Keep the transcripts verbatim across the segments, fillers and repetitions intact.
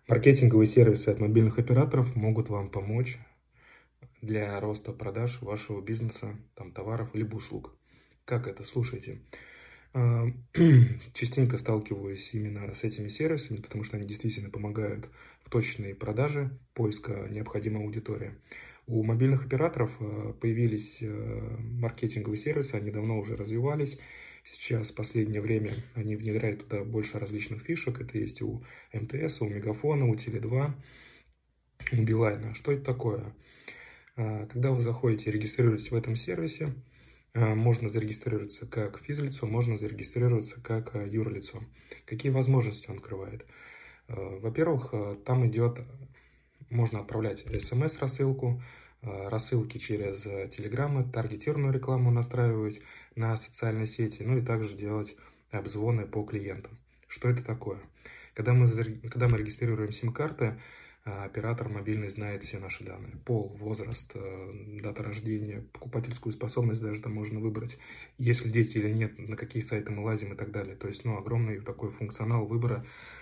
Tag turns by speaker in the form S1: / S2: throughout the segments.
S1: Маркетинговые сервисы от мобильных операторов могут вам помочь для роста продаж вашего бизнеса, там, товаров либо услуг. Как это? Слушайте. Частенько сталкиваюсь именно с этими сервисами, потому что они действительно помогают в точной продаже, поиска необходимой аудитории. У мобильных операторов появились маркетинговые сервисы, они давно уже развивались. Сейчас, в последнее время, они внедряют туда больше различных фишек. Это есть у эм тэ эс, у Мегафона, у Теле два, у Билайна. Что это такое? Когда вы заходите и регистрируетесь в этом сервисе, можно зарегистрироваться как физлицо, можно зарегистрироваться как юрлицо. Какие возможности он открывает? Во-первых, там идет, можно отправлять эс эм эс-рассылку, рассылки через телеграммы, таргетированную рекламу настраивать на социальные сети, ну и также делать обзвоны по клиентам. Что это такое? Когда мы, когда мы регистрируем сим-карты, оператор мобильный знает все наши данные. Пол, возраст, дата рождения, покупательскую способность даже там можно выбрать. Есть ли дети или нет, на какие сайты мы лазим и так далее. То есть, ну, огромный такой функционал выбора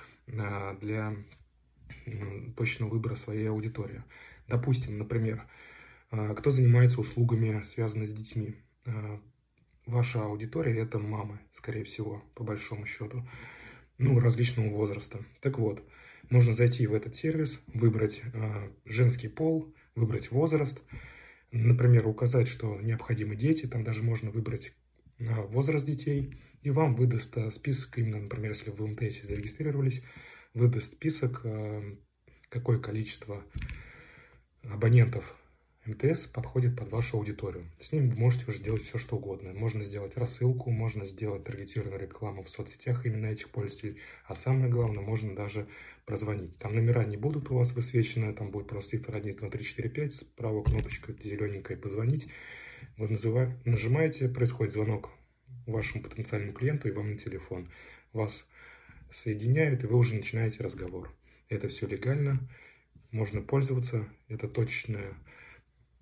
S1: для точного выбора своей аудитории. Допустим, например, кто занимается услугами, связанными с детьми. Ваша аудитория – это мамы, скорее всего, по большому счету, ну, различного возраста. Так вот, можно зайти в этот сервис, выбрать женский пол, выбрать возраст, например, указать, что необходимы дети, там даже можно выбрать возраст детей, и вам выдаст список, именно, например, если вы в эм тэ эсе зарегистрировались, выдаст список, какое количество абонентов эм тэ эс подходит под вашу аудиторию. С ним вы можете уже делать все, что угодно. Можно сделать рассылку, можно сделать таргетированную рекламу в соцсетях именно этих пользователей. А самое главное, можно даже прозвонить. Там номера не будут у вас высвечены, там будет просто цифра один, два, три, четыре, пять, справа кнопочка зелененькая «Позвонить». Вы нажимаете, происходит звонок вашему потенциальному клиенту и вам на телефон. Вас соединяют, и вы уже начинаете разговор. Это все легально, можно пользоваться, это точная,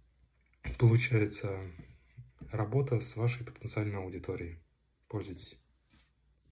S1: получается, работа с вашей потенциальной аудиторией. Пользуйтесь.